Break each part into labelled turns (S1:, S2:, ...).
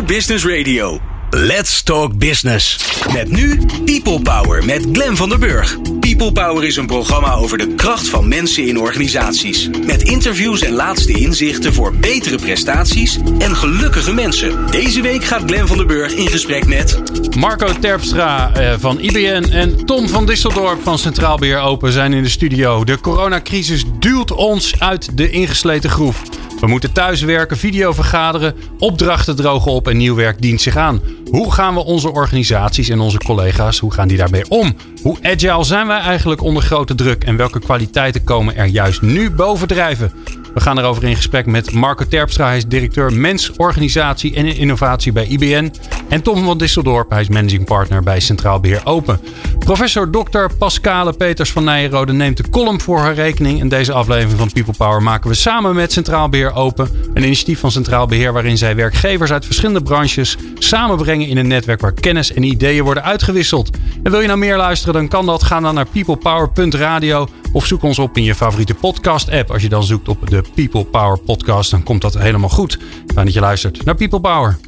S1: Business Radio. Let's Talk Business. Met nu People Power met Glenn van der Burg. People Power is een programma over de kracht van mensen in organisaties. Met interviews en laatste inzichten voor betere prestaties en gelukkige mensen. Deze week gaat Glenn van der Burg in gesprek met
S2: Marco Terpstra van IBN en Tom van Disseldorp van Centraal Beheer Open zijn in de studio. De coronacrisis duwt ons uit de ingesleten groef. We moeten thuiswerken, video vergaderen, opdrachten drogen op en nieuw werk dient zich aan. Hoe gaan we onze organisaties en onze collega's, hoe gaan die daarmee om? Hoe agile zijn wij eigenlijk onder grote druk en welke kwaliteiten komen er juist nu bovendrijven? We gaan erover in gesprek met Marco Terpstra. Hij is directeur Mens, Organisatie en Innovatie bij IBN. En Tom van Disseldorp, hij is managing partner bij Centraal Beheer Open. Professor Dr. Pascale Peters van Nijenrode neemt de column voor haar rekening. En deze aflevering van People Power maken we samen met Centraal Beheer Open. Een initiatief van Centraal Beheer waarin zij werkgevers uit verschillende branches samenbrengen in een netwerk waar kennis en ideeën worden uitgewisseld. En wil je nou meer luisteren, dan kan dat. Ga dan naar peoplepower.radio of zoek ons op in je favoriete podcast app. Als je dan zoekt op de People Power podcast, dan komt dat helemaal goed. Fijn dat je luistert naar People Power.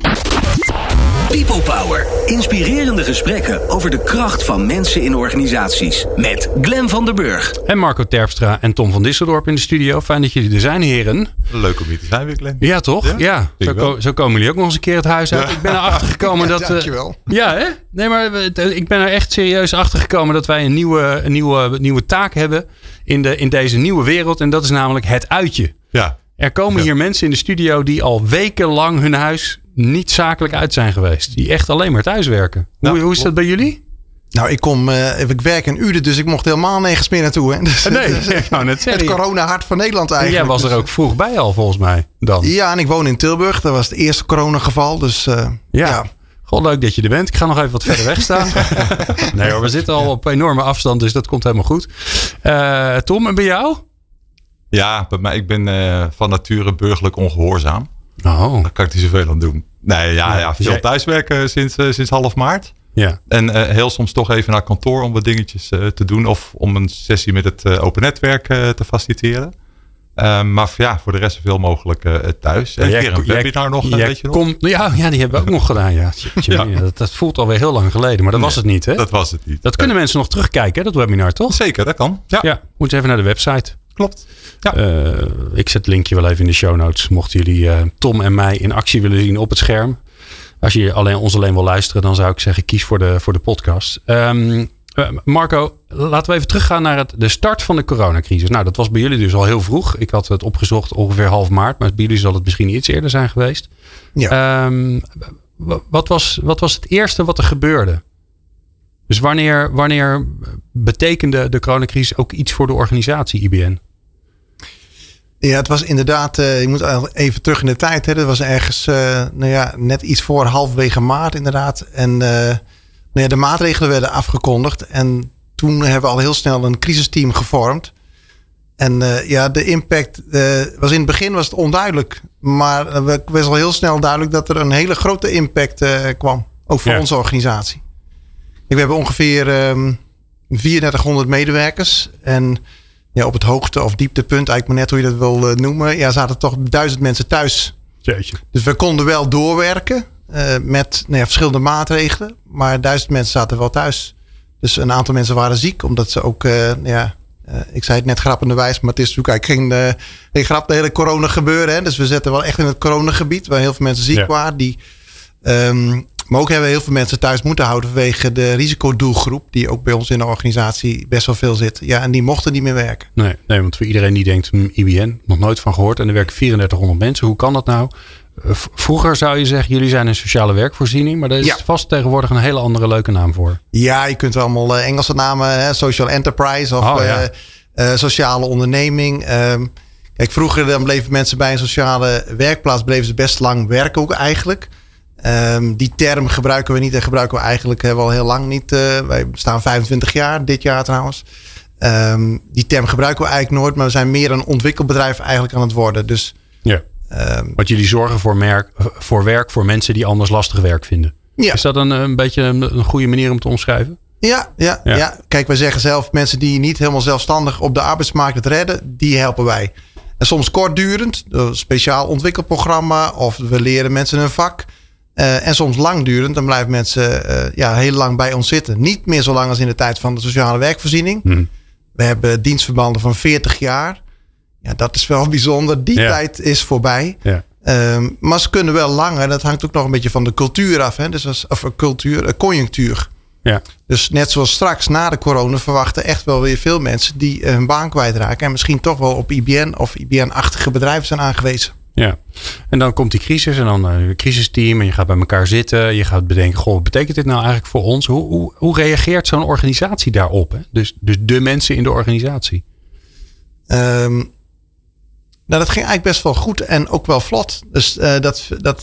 S1: People Power. Inspirerende gesprekken over de kracht van mensen in organisaties. Met Glenn van der Burg.
S2: En Marco Terpstra en Tom van Disseldorp in de studio. Fijn dat jullie er zijn, heren.
S3: Leuk om hier te zijn weer, Glenn.
S2: Ja, toch? Ja. Zo komen jullie ook nog eens een keer het huis uit. Ja. Ik ben erachter gekomen dat...
S4: Dankjewel.
S2: Ja, hè? Nee, maar ik ben er echt serieus achter gekomen dat wij een nieuwe taak hebben in deze nieuwe wereld. En dat is namelijk het uitje.
S3: Ja.
S2: Er komen hier mensen in de studio die al wekenlang hun huis niet zakelijk uit zijn geweest. Die echt alleen maar thuis werken. Hoe is dat bij jullie?
S4: Nou, ik werk in Uden, dus ik mocht helemaal nergens meer naartoe. Hè? Dus,
S2: nee, ik wou net zeggen.
S4: Het corona-hart van Nederland eigenlijk.
S2: En jij was er ook vroeg bij al, volgens mij, dan.
S4: Ja, en ik woon in Tilburg. Dat was het eerste coronageval. Dus ja.
S2: God, leuk dat je er bent. Ik ga nog even wat verder weg staan. Nee hoor, we zitten al op enorme afstand, dus dat komt helemaal goed. Tom, en bij jou?
S3: Ja, bij mij, ik ben van nature burgerlijk ongehoorzaam.
S2: Oh.
S3: Daar kan ik niet zoveel aan doen. Nee, ja, veel thuiswerken sinds half maart.
S2: Ja.
S3: En heel soms toch even naar kantoor om wat dingetjes te doen. Of om een sessie met het open netwerk te faciliteren. Maar ja, voor de rest zoveel mogelijk thuis. En een keer een webinar nog, weet je nog?
S2: Ja, die hebben we ook nog gedaan. Ja. Dat voelt alweer heel lang geleden. Maar dat was het niet, hè?
S3: Dat was het niet.
S2: Dat kunnen mensen nog terugkijken, hè, dat webinar, toch?
S3: Zeker, dat kan. Ja.
S2: Moet even naar de website.
S3: Klopt. Ja.
S2: Ik zet het linkje wel even in de show notes. Mochten jullie Tom en mij in actie willen zien op het scherm. Als je ons alleen wil luisteren, dan zou ik zeggen kies voor de podcast. Marco, laten we even teruggaan naar de start van de coronacrisis. Nou, dat was bij jullie dus al heel vroeg. Ik had het opgezocht ongeveer half maart. Maar bij jullie zal het misschien iets eerder zijn geweest.
S4: Ja.
S2: Wat was het eerste wat er gebeurde? Dus wanneer betekende de coronacrisis ook iets voor de organisatie IBN?
S4: Ja, het was inderdaad, je moet even terug in de tijd. Hè. Dat was ergens net iets voor halverwege maart inderdaad. En de maatregelen werden afgekondigd. En toen hebben we al heel snel een crisisteam gevormd. En de impact was in het begin was het onduidelijk. Maar het was al heel snel duidelijk dat er een hele grote impact kwam. Ook voor onze organisatie. We hebben ongeveer 3400 medewerkers. En ja, op het hoogte of dieptepunt, eigenlijk maar net hoe je dat wil noemen. Zaten toch 1000 mensen thuis.
S2: Jeetje. Dus
S4: we konden wel doorwerken met verschillende maatregelen. Maar 1000 mensen zaten wel thuis. Dus een aantal mensen waren ziek. Omdat ze ook, ik zei het net grappenderwijs. Maar het is natuurlijk eigenlijk geen grap, de hele corona gebeuren. Hè? Dus we zitten wel echt in het coronagebied. Waar heel veel mensen ziek waren. Maar ook hebben we heel veel mensen thuis moeten houden vanwege de risicodoelgroep die ook bij ons in de organisatie best wel veel zit. Ja, en die mochten niet meer werken.
S2: Nee, want voor iedereen die denkt, IBN, nog nooit van gehoord. En er werken 3400 mensen. Hoe kan dat nou? Vroeger zou je zeggen, jullie zijn een sociale werkvoorziening. Maar daar is vast tegenwoordig een hele andere leuke naam voor. Ja,
S4: je kunt allemaal Engelse namen. Social enterprise of sociale onderneming. Kijk, vroeger dan bleven mensen bij een sociale werkplaats bleven ze best lang werken ook eigenlijk. Die term gebruiken we niet en gebruiken we eigenlijk wel heel lang niet. Wij bestaan 25 jaar, dit jaar trouwens. Die term gebruiken we eigenlijk nooit, maar we zijn meer een ontwikkelbedrijf eigenlijk aan het worden. Dus,
S2: want jullie zorgen voor werk voor mensen die anders lastig werk vinden. Ja. Is dat een beetje een goede manier om te omschrijven?
S4: Ja. Kijk, wij zeggen zelf mensen die niet helemaal zelfstandig op de arbeidsmarkt het redden, die helpen wij. En soms kortdurend, een speciaal ontwikkelprogramma of we leren mensen een vak. En soms langdurend, dan blijven mensen heel lang bij ons zitten. Niet meer zo lang als in de tijd van de sociale werkvoorziening. We hebben dienstverbanden van 40 jaar. Ja, dat is wel bijzonder. Die tijd is voorbij. Ja. Maar ze kunnen wel langer. Dat hangt ook nog een beetje van de cultuur af. Hè? Dus conjunctuur. Ja. Dus net zoals straks na de corona verwachten echt wel weer veel mensen die hun baan kwijtraken. En misschien toch wel op IBN of IBN-achtige bedrijven zijn aangewezen.
S2: Ja, en dan komt die crisis en dan een crisisteam en je gaat bij elkaar zitten. Je gaat bedenken, wat betekent dit nou eigenlijk voor ons? Hoe reageert zo'n organisatie daarop? Hè? Dus de mensen in de organisatie.
S4: Dat ging eigenlijk best wel goed en ook wel vlot. Dus dat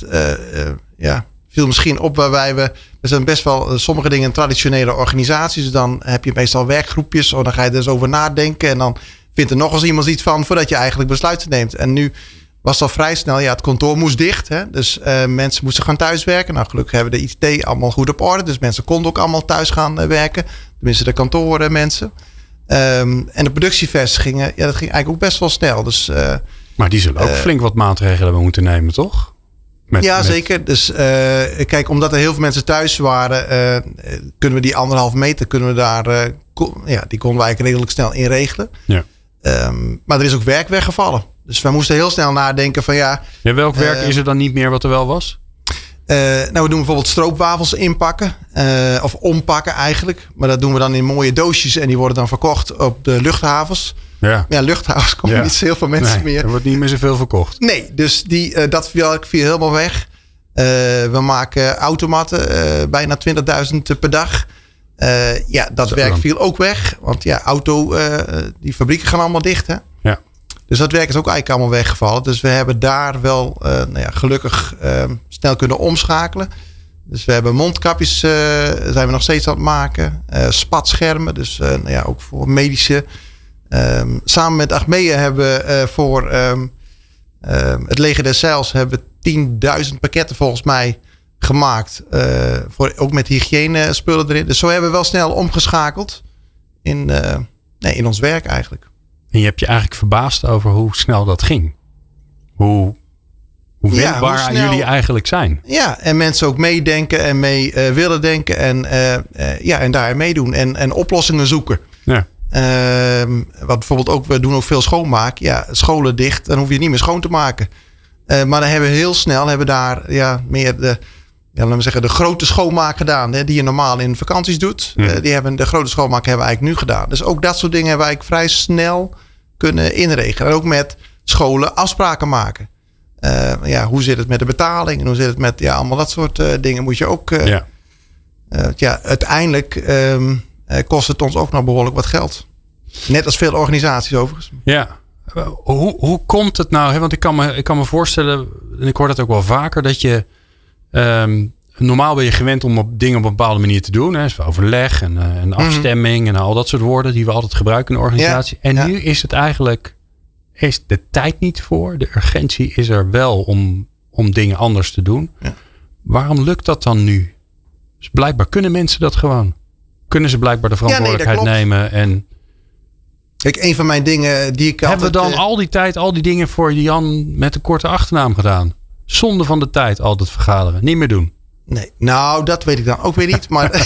S4: viel misschien op waarbij we zijn best wel sommige dingen traditionele organisaties. Dan heb je meestal werkgroepjes. Dan ga je er eens over nadenken. En dan vindt er nog eens iemand iets van voordat je eigenlijk besluiten neemt. En nu was al vrij snel, het kantoor moest dicht. Hè? Dus mensen moesten gaan thuiswerken. Nou, gelukkig hebben we de IT allemaal goed op orde. Dus mensen konden ook allemaal thuis gaan werken. Tenminste, de kantoormensen. En de productievestigingen, dat ging eigenlijk ook best wel snel. Dus,
S2: maar die zullen ook flink wat maatregelen hebben moeten nemen, toch?
S4: Zeker. Dus kijk, omdat er heel veel mensen thuis waren, kunnen we die 1,5 meter, die konden we eigenlijk redelijk snel inregelen. Ja. Maar er is ook werk weggevallen. Dus wij moesten heel snel nadenken van
S2: welk werk is er dan niet meer wat er wel was?
S4: We doen bijvoorbeeld stroopwafels inpakken. Of ompakken eigenlijk. Maar dat doen we dan in mooie doosjes. En die worden dan verkocht op de luchthavens. Ja, luchthavens komen niet zo heel veel mensen meer.
S2: Er wordt niet meer zoveel verkocht.
S4: Nee, dus dat viel helemaal weg. We maken automatten. Bijna 20.000 per dag. Dat werk viel ook weg. Want die fabrieken gaan allemaal dicht. Hè? Ja. Dus dat werk is ook eigenlijk allemaal weggevallen. Dus we hebben daar wel gelukkig snel kunnen omschakelen. Dus we hebben mondkapjes, zijn we nog steeds aan het maken. Spatschermen, dus ook voor medische. Samen met Achmea hebben we voor het Leger des Zeils hebben 10.000 pakketten volgens mij gemaakt. Ook met hygiënespullen erin. Dus zo hebben we wel snel omgeschakeld in ons werk eigenlijk.
S2: En je hebt je eigenlijk verbaasd over hoe snel dat ging. Hoe wendbaar jullie eigenlijk zijn.
S4: Ja, en mensen ook meedenken en mee willen denken. En daar meedoen. En oplossingen zoeken. Ja. Wat bijvoorbeeld ook, we doen ook veel schoonmaak. Ja, scholen dicht, dan hoef je niet meer schoon te maken. Maar dan hebben we heel snel daar meer de grote schoonmaak gedaan. Hè, die je normaal in vakanties doet. De grote schoonmaak hebben we eigenlijk nu gedaan. Dus ook dat soort dingen hebben we eigenlijk vrij snel kunnen inregelen. En ook met scholen afspraken maken. Hoe zit het met de betaling? En hoe zit het met allemaal dat soort dingen moet je ook. Uiteindelijk kost het ons ook nog behoorlijk wat geld. Net als veel organisaties overigens.
S2: Ja. Hoe komt het nou? Hè? Want ik kan me voorstellen, en ik hoor dat ook wel vaker, dat je normaal ben je gewend om dingen op een bepaalde manier te doen. Hè? Dus overleg en afstemming en al dat soort woorden die we altijd gebruiken in de organisatie. Ja, en nu is het eigenlijk, is de tijd niet voor. De urgentie is er wel om dingen anders te doen. Ja. Waarom lukt dat dan nu? Dus blijkbaar kunnen mensen dat gewoon. Kunnen ze blijkbaar de verantwoordelijkheid nemen en...
S4: Kijk, een van mijn dingen die ik
S2: hebben we dan al die tijd, al die dingen voor Jan met een korte achternaam gedaan? Zonde van de tijd, altijd vergaderen. Niet meer doen.
S4: Nee, nou dat weet ik dan ook weer niet. Maar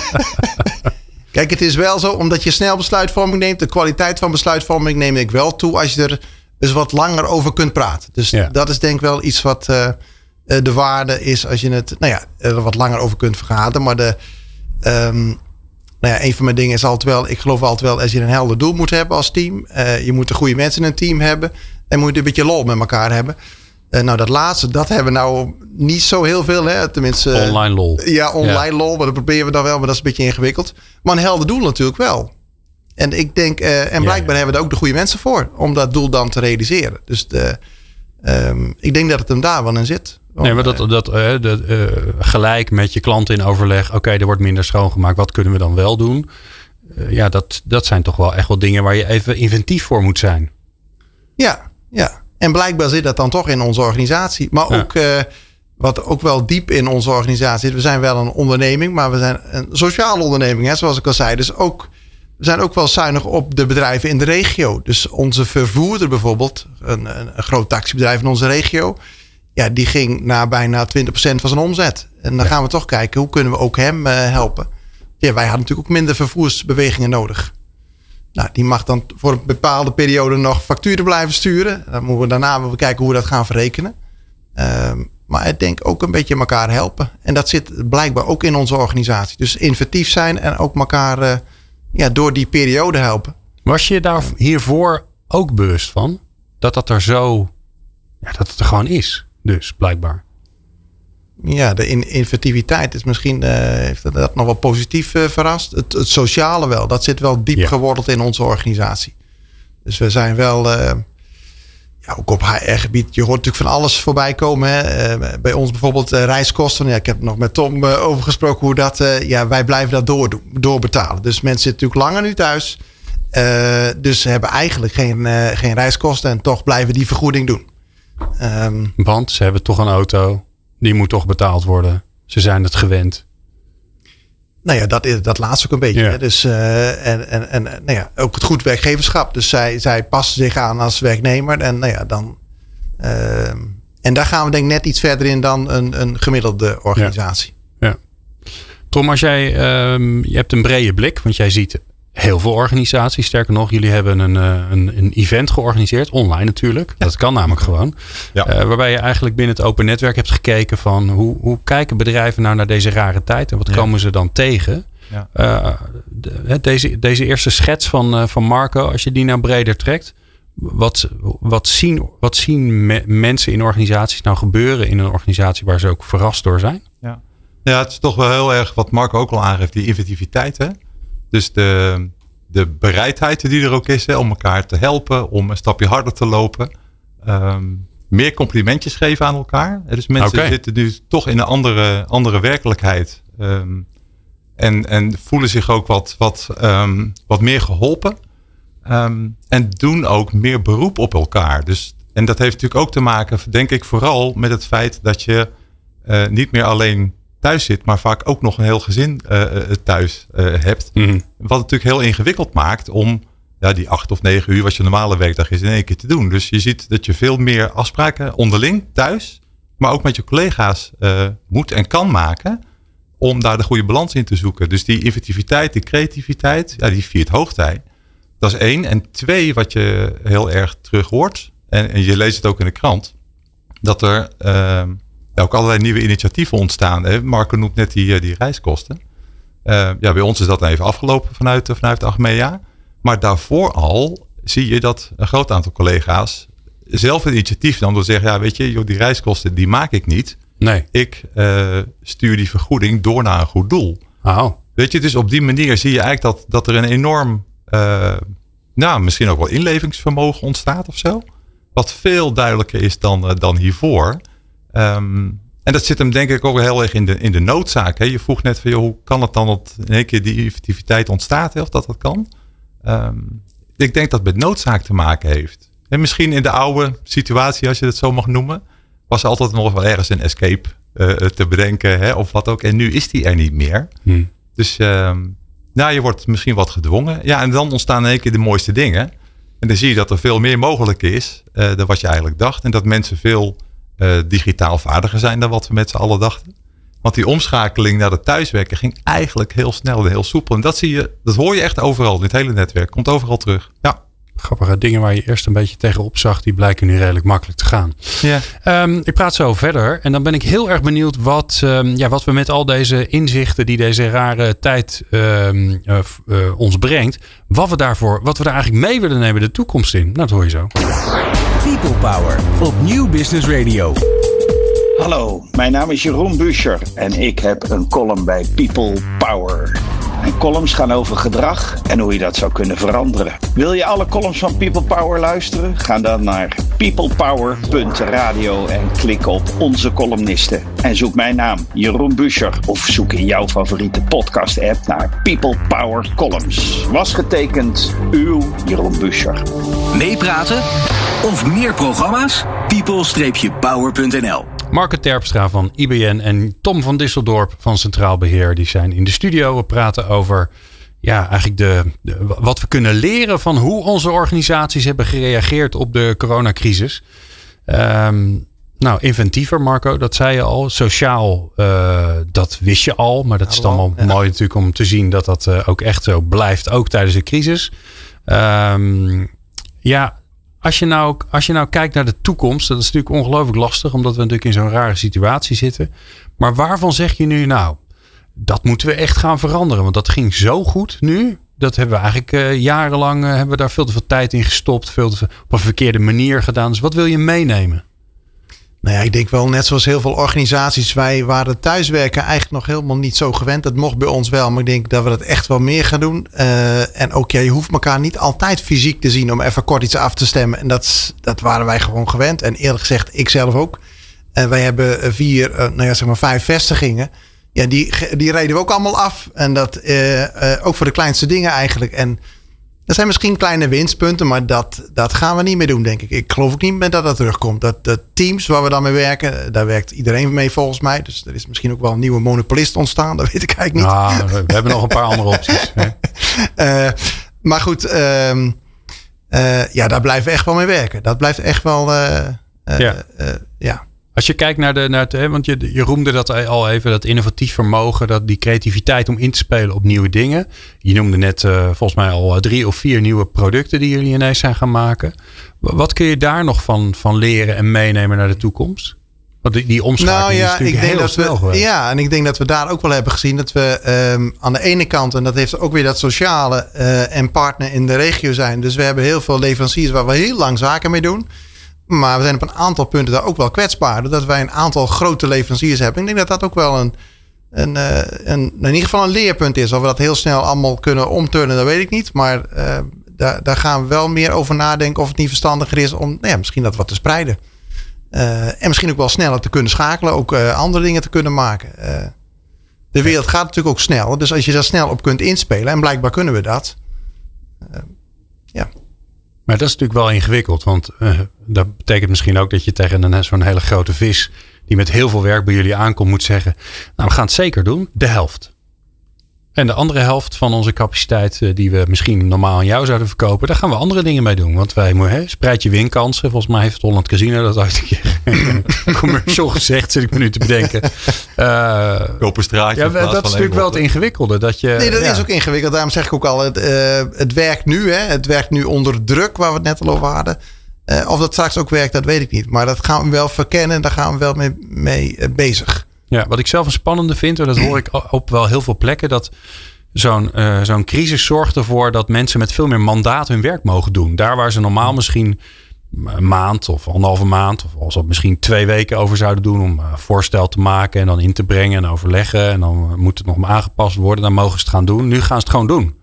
S4: kijk, het is wel zo, omdat je snel besluitvorming neemt. De kwaliteit van besluitvorming neem ik wel toe als je er dus wat langer over kunt praten. Dus dat is denk ik wel iets wat de waarde is als je het er wat langer over kunt vergaderen. Maar een van mijn dingen is altijd wel, ik geloof altijd wel, als je een helder doel moet hebben als team. Je moet de goede mensen in een team hebben. En moet je een beetje lol met elkaar hebben. Dat laatste, dat hebben we nou niet zo heel veel. Hè? Tenminste,
S2: online lol.
S4: Ja, online lol. Maar dat proberen we dan wel. Maar dat is een beetje ingewikkeld. Maar een helder doel natuurlijk wel. En ik denk, blijkbaar hebben we er ook de goede mensen voor. Om dat doel dan te realiseren. Dus ik denk dat het hem daar wel in zit.
S2: Nee, maar gelijk met je klanten in overleg. Oké, er wordt minder schoongemaakt. Wat kunnen we dan wel doen? Dat zijn toch wel echt wel dingen waar je even inventief voor moet zijn.
S4: Ja. En blijkbaar zit dat dan toch in onze organisatie. Maar ook wat ook wel diep in onze organisatie zit. We zijn wel een onderneming, maar we zijn een sociale onderneming. Hè, zoals ik al zei. Dus we zijn ook wel zuinig op de bedrijven in de regio. Dus onze vervoerder bijvoorbeeld. Een groot taxibedrijf in onze regio. Ja, die ging naar bijna 20% van zijn omzet. En dan gaan we toch kijken, hoe kunnen we ook hem helpen? Ja, wij hadden natuurlijk ook minder vervoersbewegingen nodig. Nou, die mag dan voor een bepaalde periode nog facturen blijven sturen. Dan moeten we daarna kijken hoe we dat gaan verrekenen. Maar ik denk ook een beetje elkaar helpen. En dat zit blijkbaar ook in onze organisatie. Dus inventief zijn en ook elkaar door die periode helpen.
S2: Was je daar hiervoor ook bewust van? Dat er zo... Ja, dat het er gewoon is. Dus, blijkbaar.
S4: Ja, de inventiviteit is misschien... heeft dat nog wel positief verrast. Het sociale wel. Dat zit wel diep geworteld in onze organisatie. Dus we zijn wel... ook op HR-gebied. Je hoort natuurlijk van alles voorbij komen. Hè? Bij ons bijvoorbeeld reiskosten. Ja, ik heb nog met Tom over gesproken hoe dat... wij blijven dat doorbetalen. Dus mensen zitten natuurlijk langer nu thuis. Dus ze hebben eigenlijk geen reiskosten. En toch blijven die vergoeding doen.
S2: Want ze hebben toch een auto. Die moet toch betaald worden. Ze zijn het gewend.
S4: Nou ja, dat laatste ook een beetje. Ja. Dus, ook het goed werkgeverschap. Dus zij passen zich aan als werknemer. En dan... en daar gaan we denk ik net iets verder in dan een gemiddelde organisatie.
S2: Ja. Tom, als jij... je hebt een brede blik. Want jij ziet heel veel organisaties. Sterker nog, jullie hebben een event georganiseerd. Online natuurlijk. Ja. Dat kan namelijk gewoon. Ja. Waarbij je eigenlijk binnen het open netwerk hebt gekeken van... Hoe kijken bedrijven nou naar deze rare tijd? En wat komen ze dan tegen? Ja. Deze eerste schets van Marco. Als je die nou breder trekt. Wat zien mensen in organisaties nou gebeuren in een organisatie waar ze ook verrast door zijn?
S3: Ja, het is toch wel heel erg wat Marco ook al aangeeft. Die inventiviteit, hè? Dus de bereidheid die er ook is om elkaar te helpen, om een stapje harder te lopen. Meer complimentjes geven aan elkaar. Dus mensen zitten nu toch in een andere werkelijkheid. En voelen zich ook wat meer geholpen. En doen ook meer beroep op elkaar. Dus, en dat heeft natuurlijk ook te maken, denk ik, vooral met het feit dat je niet meer alleen thuis zit, maar vaak ook nog een heel gezin thuis hebt. Mm-hmm. Wat het natuurlijk heel ingewikkeld maakt om die 8 of 9 uur, wat je normale werkdag is, in 1 keer te doen. Dus je ziet dat je veel meer afspraken onderling thuis, maar ook met je collega's moet en kan maken om daar de goede balans in te zoeken. Dus die inventiviteit, die creativiteit, die viert hoogtij. Dat is 1. En 2, wat je heel erg terug hoort, en je leest het ook in de krant, dat er ook allerlei nieuwe initiatieven ontstaan. Hè? Marco noemt net die reiskosten. Bij ons is dat even afgelopen vanuit Achmea. Maar daarvoor al zie je dat een groot aantal collega's zelf een initiatief nam door te zeggen, weet je, die reiskosten die maak ik niet.
S2: Nee.
S3: Ik stuur die vergoeding door naar een goed doel.
S2: Oh.
S3: Weet je, dus op die manier zie je eigenlijk dat er een enorm, misschien ook wel inlevingsvermogen ontstaat of zo. Wat veel duidelijker is dan hiervoor. En dat zit hem denk ik ook heel erg in de noodzaak. Hè? Je vroeg net van, hoe kan het dan dat in één keer die inventiviteit ontstaat? Hè? Of dat kan? Ik denk dat het met noodzaak te maken heeft. En misschien in de oude situatie, als je het zo mag noemen, was er altijd nog wel ergens een escape te bedenken. Hè? Of wat ook. En nu is die er niet meer. Dus je wordt misschien wat gedwongen. Ja, en dan ontstaan in één keer de mooiste dingen. En dan zie je dat er veel meer mogelijk is dan wat je eigenlijk dacht. En dat mensen veel digitaal vaardiger zijn dan wat we met z'n allen dachten. Want die omschakeling naar het thuiswerken ging eigenlijk heel snel en heel soepel. En dat hoor je echt overal in het hele netwerk. Komt overal terug. Ja.
S2: Grappige dingen waar je eerst een beetje tegenop zag, die blijken nu redelijk makkelijk te gaan. Ja. Ik praat zo verder. En dan ben ik heel erg benieuwd wat we met al deze inzichten die deze rare tijd ons brengt. Wat we daar eigenlijk mee willen nemen de toekomst in. Nou, dat hoor je zo.
S1: People Power op Nieuw Business Radio.
S5: Hallo, mijn naam is Jeroen Buescher en ik heb een column bij People Power. Mijn columns gaan over gedrag en hoe je dat zou kunnen veranderen. Wil je alle columns van People Power luisteren? Ga dan naar peoplepower.radio en klik op onze columnisten. En zoek mijn naam, Jeroen Buescher, of zoek in jouw favoriete podcast-app naar People Power Columns. Was getekend, uw Jeroen Buescher.
S1: Meepraten of meer programma's? people-power.nl.
S2: Marco Terpstra van IBN en Tom van Disseldorp van Centraal Beheer. Die zijn in de studio. We praten over eigenlijk wat we kunnen leren van hoe onze organisaties hebben gereageerd op de coronacrisis. Nou, inventiever, Marco, dat zei je al. Sociaal, dat wist je al. Maar dat is dan wel mooi natuurlijk om te zien dat dat ook echt zo blijft. Ook tijdens de crisis. Als je nou kijkt naar de toekomst. Dat is natuurlijk ongelooflijk lastig. Omdat we natuurlijk in zo'n rare situatie zitten. Maar waarvan zeg je nu nou? Dat moeten we echt gaan veranderen. Want dat ging zo goed nu. Dat hebben we eigenlijk jarenlang hebben we daar veel te veel tijd in gestopt. Veel te veel op een verkeerde manier gedaan. Dus wat wil je meenemen?
S4: Nou ja, ik denk wel net zoals heel veel organisaties. Wij waren thuiswerken eigenlijk nog helemaal niet zo gewend. Dat mocht bij ons wel. Maar ik denk dat we dat echt wel meer gaan doen. En ook je hoeft elkaar niet altijd fysiek te zien om even kort iets af te stemmen. En dat waren wij gewoon gewend. En eerlijk gezegd, ik zelf ook. Wij hebben 5 vestigingen. Ja, die reden we ook allemaal af. En dat ook voor de kleinste dingen eigenlijk. En dat zijn misschien kleine winstpunten, maar dat gaan we niet meer doen, denk ik. Ik geloof ook niet meer dat terugkomt. Dat de teams waar we dan mee werken, daar werkt iedereen mee volgens mij. Dus er is misschien ook wel een nieuwe monopolist ontstaan. Dat weet ik eigenlijk niet.
S2: Nou, we hebben nog een paar andere opties.
S4: Maar goed, daar blijven we echt wel mee werken. Dat blijft echt wel...
S2: Als je kijkt naar want je roemde dat al even, dat innovatief vermogen, die creativiteit om in te spelen op nieuwe dingen. Je noemde net volgens mij al 3 of 4 nieuwe producten die jullie ineens zijn gaan maken. Wat kun je daar nog van leren en meenemen naar de toekomst? Want die omschakeling is natuurlijk heel snel geweest.
S4: Ja, en ik denk dat we daar ook wel hebben gezien dat we aan de ene kant, en dat heeft ook weer dat sociale en partner in de regio zijn. Dus we hebben heel veel leveranciers waar we heel lang zaken mee doen. Maar we zijn op een aantal punten daar ook wel kwetsbaar. Doordat wij een aantal grote leveranciers hebben. Ik denk dat dat ook wel in ieder geval een leerpunt is. Of we dat heel snel allemaal kunnen omturnen, dat weet ik niet. Maar daar gaan we wel meer over nadenken of het niet verstandiger is om misschien dat wat te spreiden. En misschien ook wel sneller te kunnen schakelen. Ook andere dingen te kunnen maken. De wereld gaat natuurlijk ook snel. Dus als je daar snel op kunt inspelen. En blijkbaar kunnen we dat.
S2: Maar dat is natuurlijk wel ingewikkeld. Want dat betekent misschien ook dat je tegen zo'n hele grote vis die met heel veel werk bij jullie aankomt moet zeggen, nou, we gaan het zeker doen. De helft. En de andere helft van onze capaciteit die we misschien normaal aan jou zouden verkopen, daar gaan we andere dingen mee doen. Want wij spreid je winkansen. Volgens mij heeft Holland Casino dat ooit een keer een commercial gezegd, zit ik me nu te bedenken.
S3: Koop een straatje.
S2: Ja, dat is natuurlijk wel het ingewikkelde. Dat
S4: is ook ingewikkeld. Daarom zeg ik ook al, het werkt nu. Het werkt nu onder druk, waar we het net al over hadden. Of dat straks ook werkt, dat weet ik niet. Maar dat gaan we wel verkennen en daar gaan we wel mee bezig.
S2: Ja, wat ik zelf een spannende vind, en dat hoor ik op wel heel veel plekken, dat zo'n crisis zorgt ervoor dat mensen met veel meer mandaat hun werk mogen doen. Daar waar ze normaal misschien een maand of 1,5 maand, of als dat misschien 2 weken over zouden doen om een voorstel te maken en dan in te brengen en overleggen en dan moet het nog maar aangepast worden, dan mogen ze het gaan doen. Nu gaan ze het gewoon doen.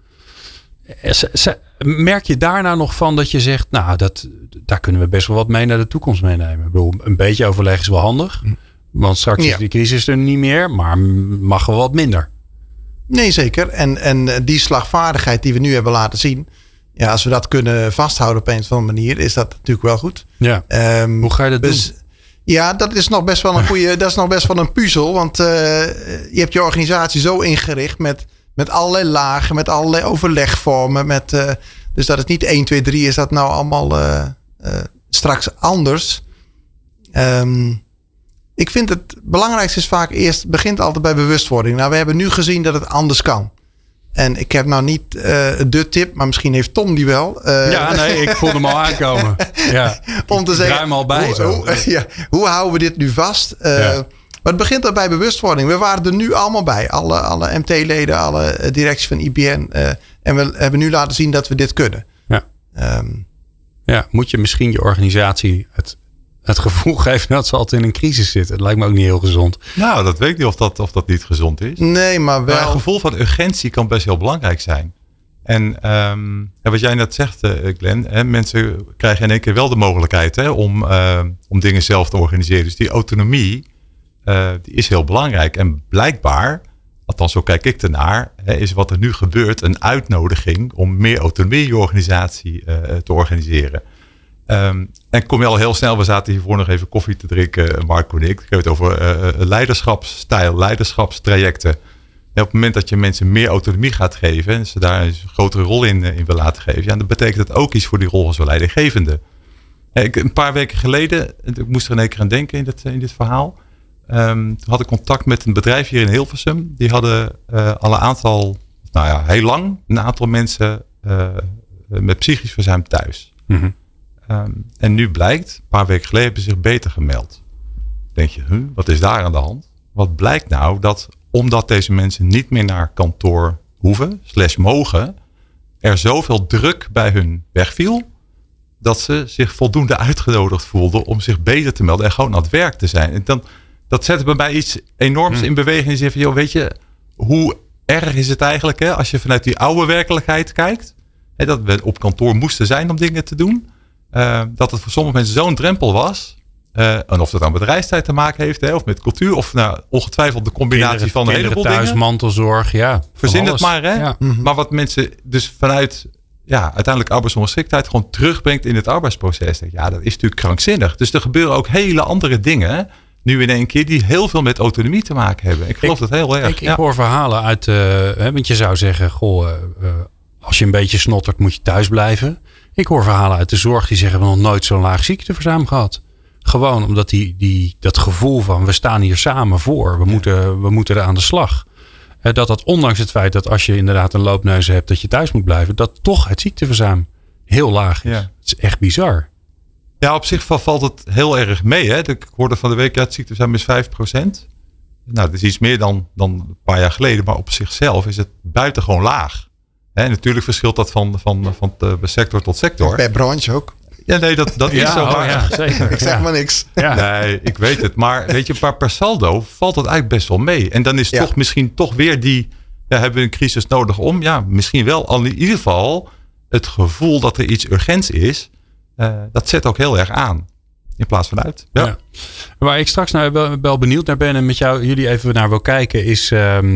S2: Merk je daarna nog van dat je zegt, nou, daar kunnen we best wel wat mee naar de toekomst meenemen? Ik bedoel, een beetje overleg is wel handig. Want straks is die crisis er niet meer, maar mag wel wat minder.
S4: Nee, zeker. En die slagvaardigheid die we nu hebben laten zien, ja, als we dat kunnen vasthouden op een of andere manier, is dat natuurlijk wel goed.
S2: Ja. Hoe ga je dat doen?
S4: Ja, dat is nog best wel een goede. Dat is nog best wel een puzzel. Want je hebt je organisatie zo ingericht met allerlei lagen, met allerlei overlegvormen. Dus dat het niet 1, 2, 3 is dat nou allemaal straks anders. Ik vind het belangrijkste is vaak begint altijd bij bewustwording. Nou, we hebben nu gezien dat het anders kan. En ik heb nou niet de tip, maar misschien heeft Tom die wel.
S2: Ik voelde hem al aankomen. Ja,
S4: om te zeggen,
S2: ruim al bij.
S4: Hoe houden we dit nu vast? Maar het begint al bij bewustwording. We waren er nu allemaal bij. Alle MT-leden, alle directies van IBN. En we hebben nu laten zien dat we dit kunnen.
S2: Ja. Moet je misschien je organisatie het gevoel geven dat ze altijd in een crisis zitten. Dat lijkt me ook niet heel gezond.
S3: Nou, dat weet ik niet of dat niet gezond is.
S4: Nee, maar wel.
S3: Maar een gevoel van urgentie kan best heel belangrijk zijn. En wat jij net zegt, Glenn. Mensen krijgen in één keer wel de mogelijkheid om dingen zelf te organiseren. Dus die autonomie die is heel belangrijk. En blijkbaar, althans zo kijk ik ernaar, is wat er nu gebeurt een uitnodiging om meer autonomie in je organisatie te organiseren. En kom je al heel snel, we zaten hiervoor nog even koffie te drinken, Marco en ik. Ik heb het over leiderschapsstijl, leiderschapstrajecten. En op het moment dat je mensen meer autonomie gaat geven en ze daar een grotere rol in wil laten geven, dan betekent dat ook iets voor die rol als leidinggevende. Een paar weken geleden, ik moest er in één keer aan denken in dit verhaal. Toen had ik contact met een bedrijf hier in Hilversum. Die hadden al een aantal, heel lang, een aantal mensen met psychisch verzuim thuis. Mm-hmm. En nu blijkt, een paar weken geleden hebben ze zich beter gemeld. Denk je, wat is daar aan de hand? Wat blijkt nou? Dat omdat deze mensen niet meer naar kantoor hoeven, /mogen, er zoveel druk bij hun wegviel, dat ze zich voldoende uitgenodigd voelden om zich beter te melden en gewoon aan het werk te zijn. En dat zette bij mij iets enorms in beweging. En zei van, weet je, hoe erg is het eigenlijk, hè, als je vanuit die oude werkelijkheid kijkt, hè, dat we op kantoor moesten zijn om dingen te doen, dat het voor sommige mensen zo'n drempel was. En of dat aan bedrijfstijd te maken heeft, hè, of met cultuur, of ongetwijfeld de combinatie van een heleboel
S2: thuis,
S3: dingen.
S2: Mantelzorg, ja.
S3: Verzin het maar, hè.
S2: Ja.
S3: Maar wat mensen dus vanuit uiteindelijk arbeidsongeschiktheid gewoon terugbrengt in het arbeidsproces. Ja, dat is natuurlijk krankzinnig. Dus er gebeuren ook hele andere dingen nu in één keer die heel veel met autonomie te maken hebben. Ik geloof dat heel erg.
S2: Ik hoor verhalen uit, want je zou zeggen, als je een beetje snottert moet je thuis blijven. Ik hoor verhalen uit de zorg die zeggen, we hebben nog nooit zo'n laag ziekteverzuim gehad. Gewoon omdat dat gevoel van, we staan hier samen voor. We moeten er aan de slag. Dat ondanks het feit dat als je inderdaad een loopneus hebt, dat je thuis moet blijven, dat toch het ziekteverzuim heel laag is. Ja. Het is echt bizar.
S3: Ja, op zich valt het heel erg mee. Hè? Ik hoorde van de week, het ziekteverzuim is 5%. Nou, dat is iets meer dan een paar jaar geleden. Maar op zichzelf is het buitengewoon laag. Hè? Natuurlijk verschilt dat van sector tot sector.
S4: Per branche ook.
S3: Ja, nee, dat is zo.
S2: Ja, zeker.
S4: Ik zeg maar niks.
S3: Ja. Nee, ik weet het. Maar weet je, per saldo valt het eigenlijk best wel mee. En dan is toch misschien toch weer hebben we een crisis nodig om? Ja, misschien wel. Al in ieder geval het gevoel dat er iets urgents is. Dat zet ook heel erg aan. In plaats van uit. Ja.
S2: Waar ik straks wel benieuwd naar ben en met jullie even naar wil kijken is...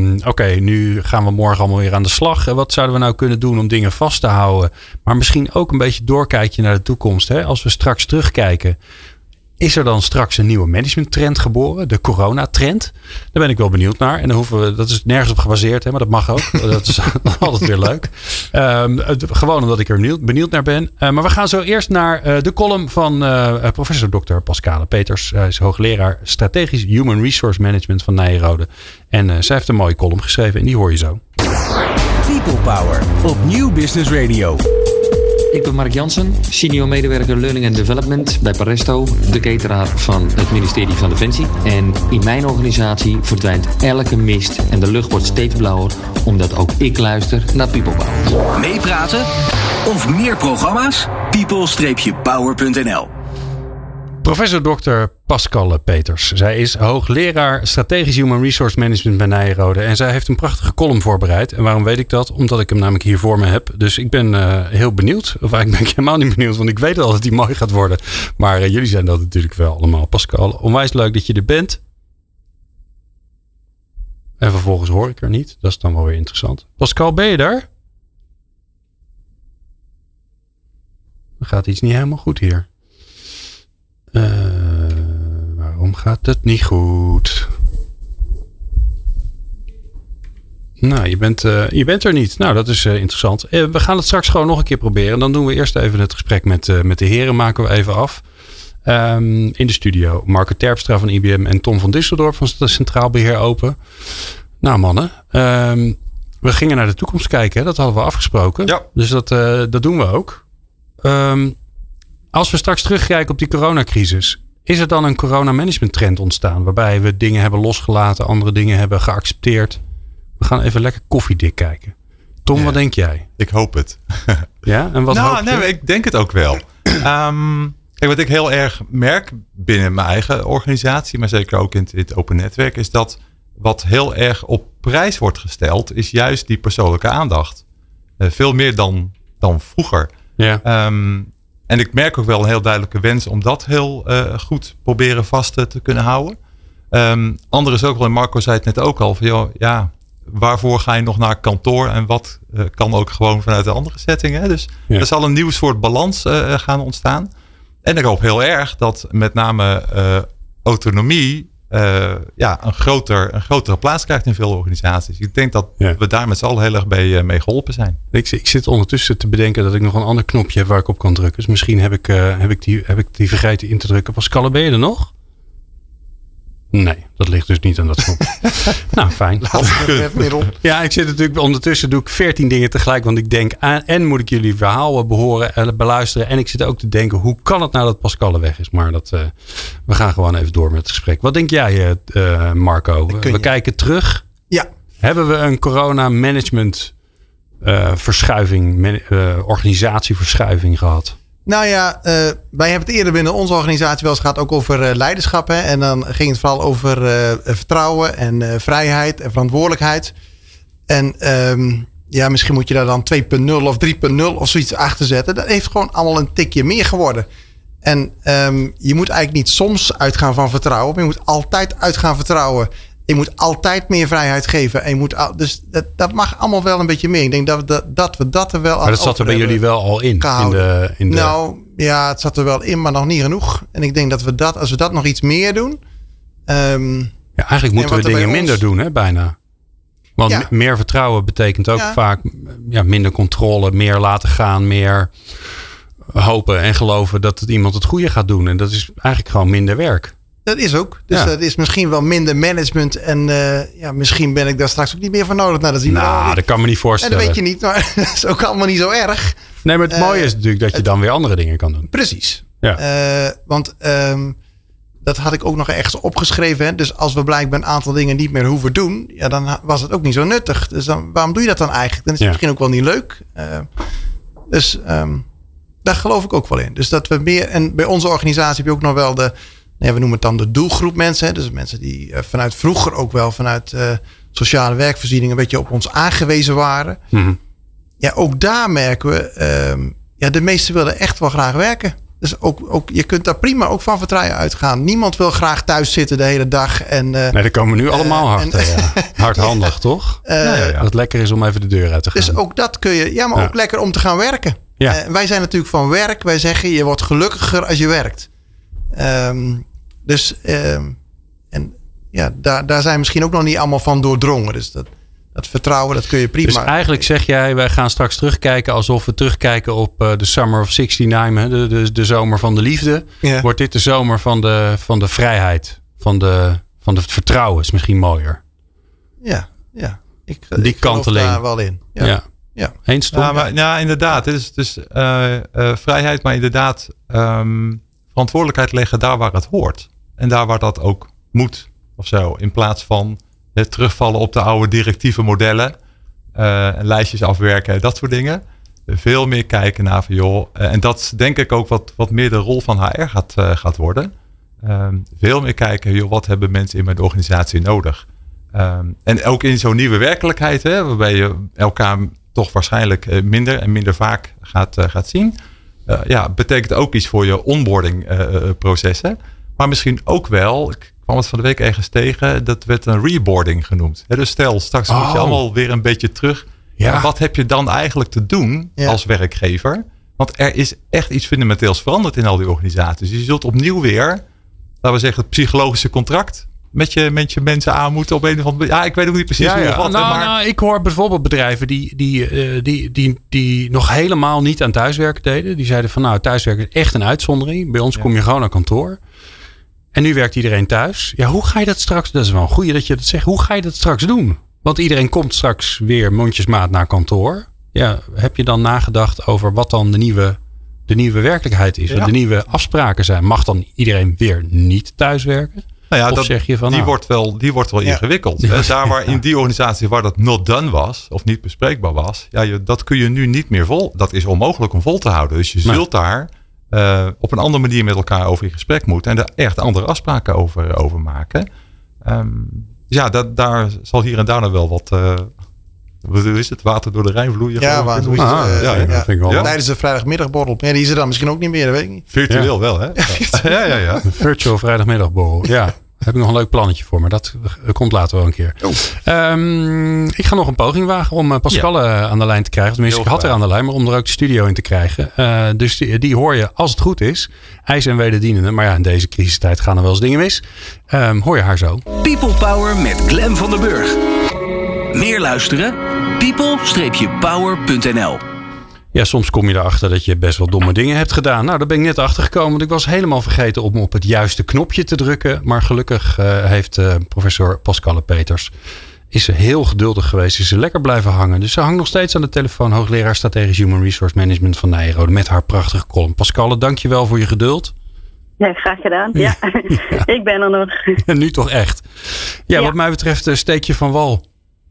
S2: nu gaan we morgen allemaal weer aan de slag. Wat zouden we nou kunnen doen om dingen vast te houden? Maar misschien ook een beetje doorkijkje naar de toekomst. Hè? Als we straks terugkijken... Is er dan straks een nieuwe managementtrend geboren? De coronatrend? Daar ben ik wel benieuwd naar. En dat is nergens op gebaseerd, hè, maar dat mag ook. Dat is altijd weer leuk. Gewoon omdat ik er benieuwd naar ben. Maar we gaan zo eerst naar de column van professor Dr. Pascale Peters. Hij is hoogleraar strategisch Human Resource Management van Nyenrode. En zij heeft een mooie column geschreven en die hoor je zo.
S1: People Power op Nieuw Business Radio.
S6: Ik ben Mark Jansen, senior medewerker Learning and Development bij Paresto, de cateraar van het ministerie van Defensie. En in mijn organisatie verdwijnt elke mist en de lucht wordt steeds blauwer, omdat ook ik luister naar People Power.
S1: Meepraten of meer programma's? people-power.nl.
S2: Professor Dr. Pascale Peters. Zij is hoogleraar strategisch Human Resource Management bij Nyenrode. En zij heeft een prachtige column voorbereid. En waarom weet ik dat? Omdat ik hem namelijk hier voor me heb. Dus ik ben heel benieuwd. Of eigenlijk ben ik helemaal niet benieuwd. Want ik weet al dat die mooi gaat worden. Maar jullie zijn dat natuurlijk wel allemaal. Pascale, onwijs leuk dat je er bent. En vervolgens hoor ik er niet. Dat is dan wel weer interessant. Pascale, ben je daar? Dan gaat iets niet helemaal goed hier. Waarom gaat het niet goed? Nou, je bent er niet. Nou, dat is interessant. We gaan het straks gewoon nog een keer proberen. Dan doen we eerst even het gesprek met de heren. Maken we even af. In de studio. Marco Terpstra van IBM en Tom van Disseldorp van het Centraal Beheer Open. Nou mannen. We gingen naar de toekomst kijken. Hè? Dat hadden we afgesproken. Ja. Dus dat doen we ook. Als we straks terugkijken op die coronacrisis. Is er dan een corona-management trend ontstaan? Waarbij we dingen hebben losgelaten. Andere dingen hebben geaccepteerd. We gaan even lekker koffiedik kijken. Tom, wat denk jij?
S3: Ik hoop het.
S2: Ja? En wat hoop je?
S3: Nee, ik denk het ook wel. Kijk, wat ik heel erg merk binnen mijn eigen organisatie. Maar zeker ook in het open netwerk. Is dat wat heel erg op prijs wordt gesteld. Is juist die persoonlijke aandacht. Veel meer dan vroeger. Ja. En ik merk ook wel een heel duidelijke wens om dat heel goed proberen vast te kunnen houden. Andere is ook wel, en Marco zei het net ook al, van waarvoor ga je nog naar kantoor en wat kan ook gewoon vanuit een andere setting. Hè? Dus er zal een nieuw soort balans gaan ontstaan. En ik hoop heel erg dat met name autonomie een grotere plaats krijgt in veel organisaties. Ik denk dat we daar met z'n allen heel erg mee geholpen zijn.
S2: Ik zit ondertussen te bedenken dat ik nog een ander knopje heb waar ik op kan drukken. Dus misschien heb ik die vergeten in te drukken. Pascal, ben je er nog? Nee, dat ligt dus niet aan dat knopje. Nou, fijn. Ja, ik zit natuurlijk ondertussen doe ik 14 dingen tegelijk. Want ik denk en moet ik jullie verhaal beluisteren. En ik zit ook te denken, hoe kan het nou dat Pascal weg is? Maar we gaan gewoon even door met het gesprek. Wat denk jij, Marco? We kijken terug.
S4: Ja.
S2: Hebben we een corona-management organisatieverschuiving gehad?
S4: Nou ja, wij hebben het eerder binnen onze organisatie wel eens gehad ook over leiderschap. Hè? En dan ging het vooral over vertrouwen en vrijheid en verantwoordelijkheid. En misschien moet je daar dan 2.0 of 3.0 of zoiets achter zetten. Dat heeft gewoon allemaal een tikje meer geworden. En je moet eigenlijk niet soms uitgaan van vertrouwen. Maar je moet altijd uitgaan vertrouwen. Je moet altijd meer vrijheid geven. En dus dat mag allemaal wel een beetje meer. Ik denk dat we dat er wel al.
S2: Maar dat zat er bij jullie wel al in.
S4: Nou ja, het zat er wel in, maar nog niet genoeg. En ik denk dat we als we dat nog iets meer doen.
S2: Eigenlijk moeten we dingen minder doen, hè, bijna. Want meer vertrouwen betekent ook vaak minder controle, meer laten gaan, meer hopen en geloven dat iemand het goede gaat doen. En dat is eigenlijk gewoon minder werk.
S4: Dat is ook. Dus dat is misschien wel minder management. En misschien ben ik daar straks ook niet meer van nodig. Nou,
S2: dat kan me niet voorstellen.
S4: Dat weet je niet, maar dat is ook allemaal niet zo erg.
S2: Nee, maar het mooie is natuurlijk dat je dan weer andere dingen kan doen.
S4: Precies.
S2: Ja.
S4: Want dat had ik ook nog ergens opgeschreven. Hè? Dus als we blijkbaar een aantal dingen niet meer hoeven doen. Ja, dan was het ook niet zo nuttig. Dus waarom doe je dat dan eigenlijk? Dan is het misschien ook wel niet leuk. Daar geloof ik ook wel in. Dus dat we meer. En bij onze organisatie heb je ook nog wel we noemen het dan de doelgroep mensen. Hè? Dus mensen die vanuit vroeger ook wel vanuit sociale werkvoorziening een beetje op ons aangewezen waren. Mm-hmm. Ja, ook daar merken we. De meesten willen echt wel graag werken. Dus ook je kunt daar prima ook van vertrouwen uitgaan. Niemand wil graag thuis zitten de hele dag. Nee,
S2: daar komen we nu allemaal hardhandig, toch? Dat het lekker is om even de deur uit te gaan.
S4: Dus ook dat kun je. Maar ook lekker om te gaan werken. Ja. Wij zijn natuurlijk van werk. Wij zeggen je wordt gelukkiger als je werkt. Daar zijn misschien ook nog niet allemaal van doordrongen. Dus dat vertrouwen, dat kun je prima.
S2: Dus eigenlijk zeg jij, wij gaan straks terugkijken alsof we terugkijken op de Summer of 69, hè? De zomer van de liefde. Ja. Wordt dit de zomer van de vrijheid, van het vertrouwen is misschien mooier.
S4: Ja.
S2: Die kanteling
S4: daar wel in. Ja.
S2: Eens toch?
S3: Ja, inderdaad. Het is dus vrijheid, maar inderdaad verantwoordelijkheid leggen daar waar het hoort. En daar waar dat ook moet of zo. In plaats van het terugvallen op de oude directieve modellen. Lijstjes afwerken, dat soort dingen. Veel meer kijken naar van joh. En dat is denk ik ook wat meer de rol van HR gaat worden. Veel meer kijken, joh, wat hebben mensen in mijn organisatie nodig? En ook in zo'n nieuwe werkelijkheid, hè, waarbij je elkaar toch waarschijnlijk minder en minder vaak gaat zien. Betekent ook iets voor je onboarding processen. Maar misschien ook wel, ik kwam het van de week ergens tegen, dat werd een reboarding genoemd. Dus stel, straks moet je allemaal weer een beetje terug. Ja. Wat heb je dan eigenlijk te doen als werkgever? Want er is echt iets fundamenteels veranderd in al die organisaties. Dus je zult opnieuw weer, laten we zeggen, het psychologische contract met je mensen aan moeten op een of andere. Ja, ik weet ook niet precies hoe of wat.
S2: Nou, ik hoor bijvoorbeeld bedrijven die nog helemaal niet aan thuiswerken deden. Die zeiden van thuiswerken is echt een uitzondering. Bij ons kom je gewoon naar kantoor. En nu werkt iedereen thuis. Ja, hoe ga je dat straks? Dat is wel een goeie dat je dat zegt. Hoe ga je dat straks doen? Want iedereen komt straks weer mondjesmaat naar kantoor. Ja, heb je dan nagedacht over wat dan de nieuwe werkelijkheid is? Wat de nieuwe afspraken zijn? Mag dan iedereen weer niet thuiswerken?
S3: Nou ja, zeg je van, die wordt wel ingewikkeld. Ja. Daar waar in die organisatie waar dat not done was, of niet bespreekbaar was, dat kun je nu niet meer vol. Dat is onmogelijk om vol te houden. Dus je zult daar op een andere manier met elkaar over in gesprek moeten en er echt andere afspraken over maken. Daar zal hier en daar nog wel wat is het? Water door de Rijn vloeien?
S4: Tijdens de vrijdagmiddagborrel. Ja, die is er dan misschien ook niet meer, dat weet ik niet.
S3: Virtueel wel, hè?
S2: Ja. Virtual vrijdagmiddagborrel, ja. heb ik nog een leuk plannetje voor, maar dat komt later wel een keer. Ik ga nog een poging wagen om Pascal aan de lijn te krijgen. Tenminste, ik had haar aan de lijn, maar om er ook de studio in te krijgen. Dus die hoor je, als het goed is, ijs en wederdienende. Maar ja, in deze crisistijd gaan er wel eens dingen mis. Hoor je haar zo.
S1: People Power met Glenn van der Burg. Meer luisteren? people-power.nl.
S2: Ja, soms kom je erachter dat je best wel domme dingen hebt gedaan. Nou, daar ben ik net achter gekomen. Want ik was helemaal vergeten om op het juiste knopje te drukken. Maar gelukkig heeft professor Pascale Peters... is ze heel geduldig geweest. Is ze lekker blijven hangen. Dus ze hangt nog steeds aan de telefoon. Hoogleraar Strategisch Human Resource Management van Nijrode. Met haar prachtige column. Pascale, dank je wel voor je geduld.
S7: Ja, graag gedaan. Ja. Ik ben er nog.
S2: En nu toch echt. Ja, wat mij betreft steek je van wal.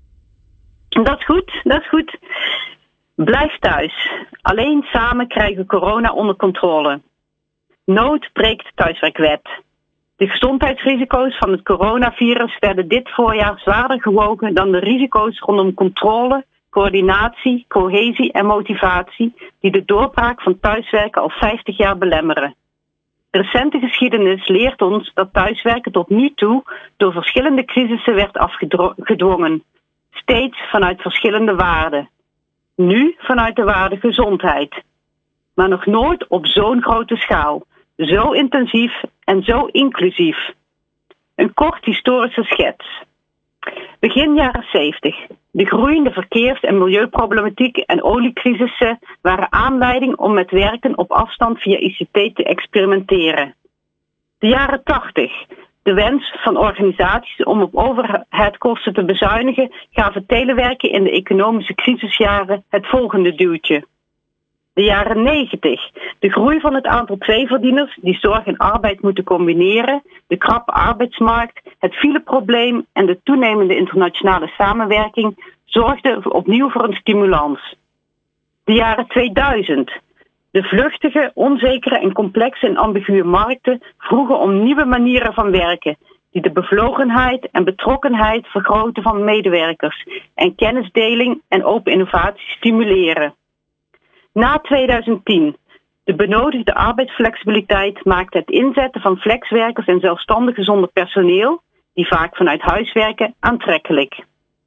S7: Dat is goed. Blijf thuis. Alleen samen krijgen we corona onder controle. Nood breekt de thuiswerkwet. De gezondheidsrisico's van het coronavirus werden dit voorjaar zwaarder gewogen dan de risico's rondom controle, coördinatie, cohesie en motivatie die de doorbraak van thuiswerken al 50 jaar belemmeren. De recente geschiedenis leert ons dat thuiswerken tot nu toe door verschillende crisissen werd afgedwongen. Steeds vanuit verschillende waarden. Nu vanuit de waarde gezondheid. Maar nog nooit op zo'n grote schaal. Zo intensief en zo inclusief. Een kort historische schets. Begin jaren 70. De groeiende verkeers- en milieuproblematiek en oliecrisissen waren aanleiding om met werken op afstand via ICT te experimenteren. De jaren 80. De wens van organisaties om op overheadkosten te bezuinigen gaven telewerken in de economische crisisjaren het volgende duwtje. De jaren 90. De groei van het aantal tweeverdieners die zorg en arbeid moeten combineren, de krappe arbeidsmarkt, het fileprobleem en de toenemende internationale samenwerking zorgden opnieuw voor een stimulans. De jaren 2000. De vluchtige, onzekere en complexe en ambiguë markten vroegen om nieuwe manieren van werken, die de bevlogenheid en betrokkenheid vergroten van medewerkers en kennisdeling en open innovatie stimuleren. Na 2010. De benodigde arbeidsflexibiliteit maakte het inzetten van flexwerkers en zelfstandigen zonder personeel, die vaak vanuit huis werken, aantrekkelijk.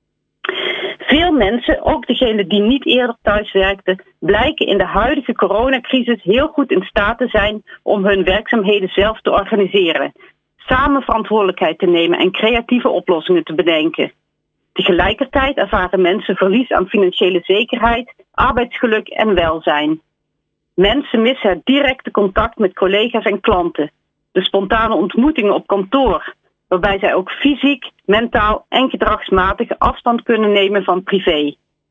S7: Veel mensen, ook degenen die niet eerder thuis werkten, blijken in de huidige coronacrisis heel goed in staat te zijn om hun werkzaamheden zelf te organiseren, samen verantwoordelijkheid te nemen en creatieve oplossingen te bedenken. Tegelijkertijd ervaren mensen verlies aan financiële zekerheid, arbeidsgeluk en welzijn. Mensen missen het directe contact met collega's en klanten, de spontane ontmoetingen op kantoor, waarbij zij ook fysiek, mentaal en gedragsmatig afstand kunnen nemen van privé.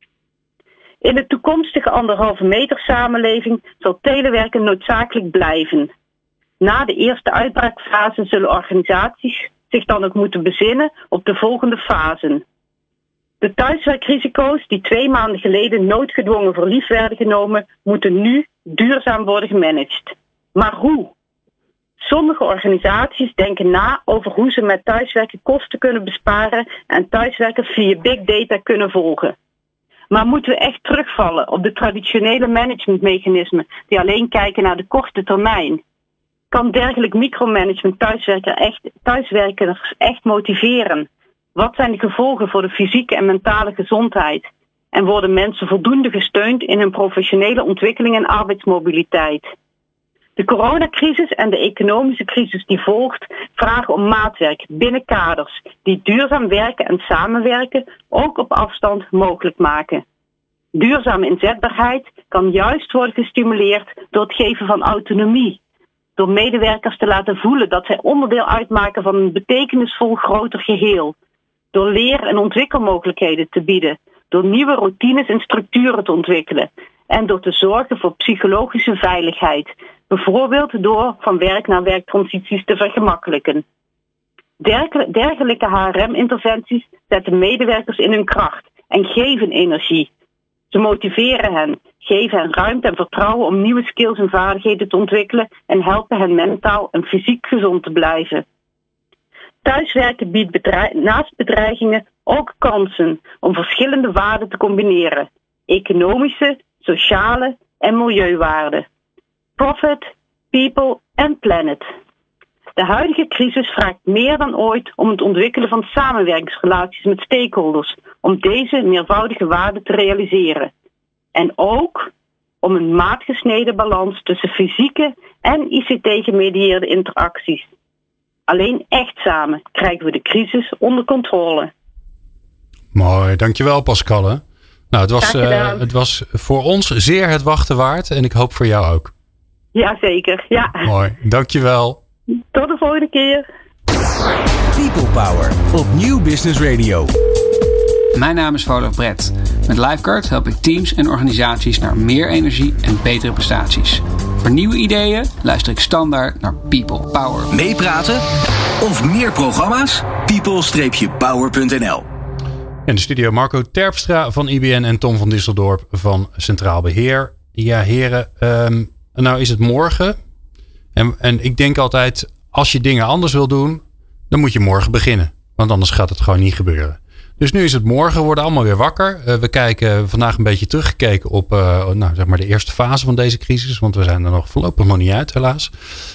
S7: In de toekomstige 1,5 meter samenleving zal telewerken noodzakelijk blijven. Na de eerste uitbraakfase zullen organisaties zich dan ook moeten bezinnen op de volgende fasen. De thuiswerkrisico's die 2 maanden geleden noodgedwongen voor lief werden genomen, moeten nu duurzaam worden gemanaged. Maar hoe? Sommige organisaties denken na over hoe ze met thuiswerken kosten kunnen besparen en thuiswerkers via big data kunnen volgen. Maar moeten we echt terugvallen op de traditionele managementmechanismen die alleen kijken naar de korte termijn? Kan dergelijk micromanagement thuiswerkers echt motiveren? Wat zijn de gevolgen voor de fysieke en mentale gezondheid? En worden mensen voldoende gesteund in hun professionele ontwikkeling en arbeidsmobiliteit? De coronacrisis en de economische crisis die volgt vragen om maatwerk binnen kaders die duurzaam werken en samenwerken ook op afstand mogelijk maken. Duurzame inzetbaarheid kan juist worden gestimuleerd door het geven van autonomie. Door medewerkers te laten voelen dat zij onderdeel uitmaken van een betekenisvol groter geheel. Door leer- en ontwikkelmogelijkheden te bieden. Door nieuwe routines en structuren te ontwikkelen. En door te zorgen voor psychologische veiligheid. Bijvoorbeeld door van werk naar werktransities te vergemakkelijken. Dergelijke HRM-interventies zetten medewerkers in hun kracht en geven energie. Ze motiveren hen, geven hen ruimte en vertrouwen om nieuwe skills en vaardigheden te ontwikkelen en helpen hen mentaal en fysiek gezond te blijven. Thuiswerken biedt naast bedreigingen ook kansen om verschillende waarden te combineren. Economische, sociale en milieuwaarden. Profit, people en planet. De huidige crisis vraagt meer dan ooit om het ontwikkelen van samenwerkingsrelaties met stakeholders, om deze meervoudige waarden te realiseren. En ook om een maatgesneden balans tussen fysieke en ICT-gemedieerde interacties. Alleen echt samen krijgen we de crisis onder controle.
S2: Mooi, dankjewel Pascalle. Nou, het was voor ons zeer het wachten waard en ik hoop voor jou ook.
S7: Jazeker, ja.
S2: Mooi, dankjewel.
S7: Tot de volgende keer.
S1: People Power op Nieuw Business Radio.
S8: Mijn naam is Volaf Brett. Met Lifeguard help ik teams en organisaties naar meer energie en betere prestaties. Voor nieuwe ideeën luister ik standaard naar People Power.
S1: Meepraten of meer programma's? people-power.nl.
S2: In de studio Marco Terpstra van IBN en Tom van Disseldorp van Centraal Beheer. Ja, heren, nou is het morgen. En ik denk altijd, als je dingen anders wil doen, dan moet je morgen beginnen. Want anders gaat het gewoon niet gebeuren. Dus nu is het morgen, we worden allemaal weer wakker. We kijken vandaag een beetje teruggekeken op zeg maar de eerste fase van deze crisis. Want we zijn er nog voorlopig nog niet uit, helaas.